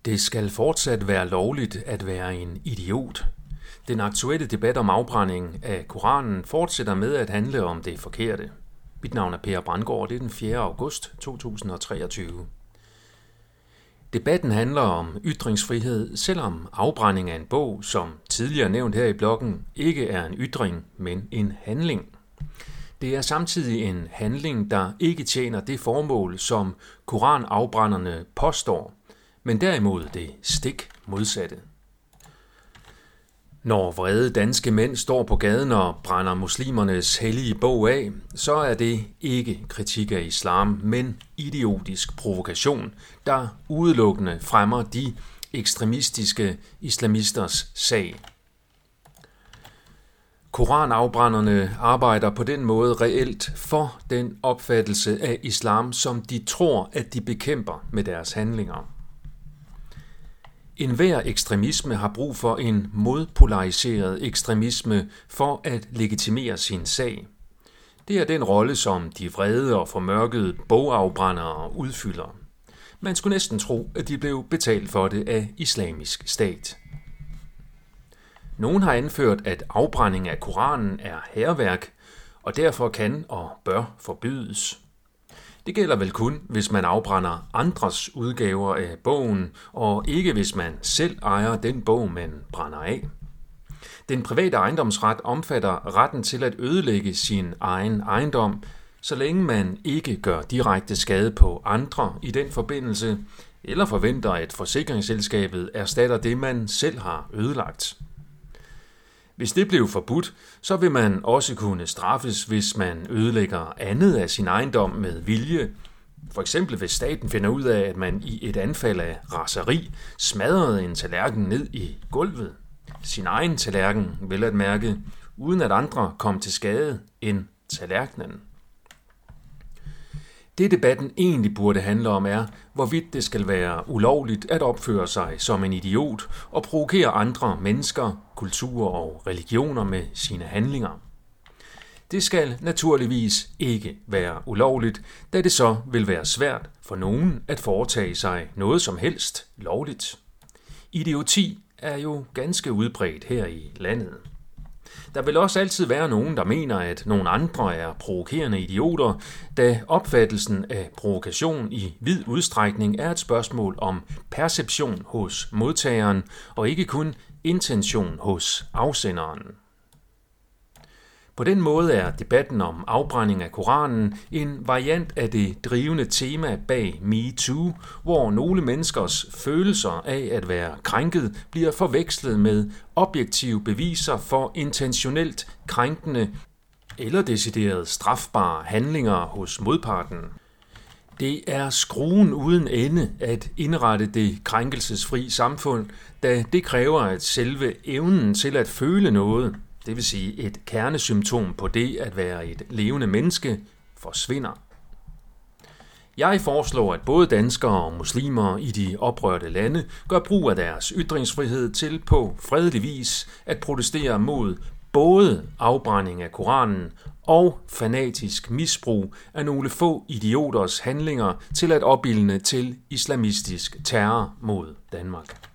Det skal fortsat være lovligt at være en idiot. Den aktuelle debat om afbrænding af Koranen fortsætter med at handle om det forkerte. Mit navn er Per Brandgaard, det er den 4. august 2023. Debatten handler om ytringsfrihed, selvom afbrænding af en bog, som tidligere nævnt her i bloggen, ikke er en ytring, men en handling. Det er samtidig en handling, der ikke tjener det formål, som koranafbrænderne påstår, men derimod det stik modsatte. Når vrede danske mænd står på gaden og brænder muslimernes hellige bog af, så er det ikke kritik af islam, men idiotisk provokation, der udelukkende fremmer de ekstremistiske islamisters sag. Koranafbrænderne arbejder på den måde reelt for den opfattelse af islam, som de tror, at de bekæmper med deres handlinger. Enhver ekstremisme har brug for en modpolariseret ekstremisme for at legitimere sin sag. Det er den rolle, som de vrede og formørkede bogafbrændere udfylder. Man skulle næsten tro, at de blev betalt for det af Islamisk Stat. Nogen har anført, at afbrænding af Koranen er hærværk, og derfor kan og bør forbydes. Det gælder vel kun, hvis man afbrænder andres udgaver af bogen, og ikke hvis man selv ejer den bog, man brænder af. Den private ejendomsret omfatter retten til at ødelægge sin egen ejendom, så længe man ikke gør direkte skade på andre i den forbindelse, eller forventer, at forsikringsselskabet erstatter det, man selv har ødelagt. Hvis det blev forbudt, så vil man også kunne straffes, hvis man ødelægger andet af sin ejendom med vilje. For eksempel hvis staten finder ud af, at man i et anfald af raseri smadrede en tallerken ned i gulvet. Sin egen tallerken, vel at mærke, uden at andre kom til skade end tallerkenen. Det debatten egentlig burde handle om er, hvorvidt det skal være ulovligt at opføre sig som en idiot og provokere andre mennesker, kulturer og religioner med sine handlinger. Det skal naturligvis ikke være ulovligt, da det så vil være svært for nogen at foretage sig noget som helst lovligt. Idioti er jo ganske udbredt her i landet. Der vil også altid være nogen, der mener, at nogle andre er provokerende idioter, da opfattelsen af provokation i vid udstrækning er et spørgsmål om perception hos modtageren og ikke kun intention hos afsenderen. På den måde er debatten om afbrænding af Koranen en variant af det drivende tema bag MeToo, hvor nogle menneskers følelser af at være krænket bliver forvekslet med objektive beviser for intentionelt krænkende eller decideret strafbare handlinger hos modparten. Det er skruen uden ende at indrette det krænkelsesfri samfund, da det kræver, at selve evnen til at føle noget, det vil sige et kernesymptom på det at være et levende menneske, forsvinder. Jeg foreslår, at både danskere og muslimer i de oprørte lande gør brug af deres ytringsfrihed til på fredelig vis at protestere mod både afbrænding af Koranen og fanatisk misbrug af nogle få idioters handlinger til at opildne til islamistisk terror mod Danmark.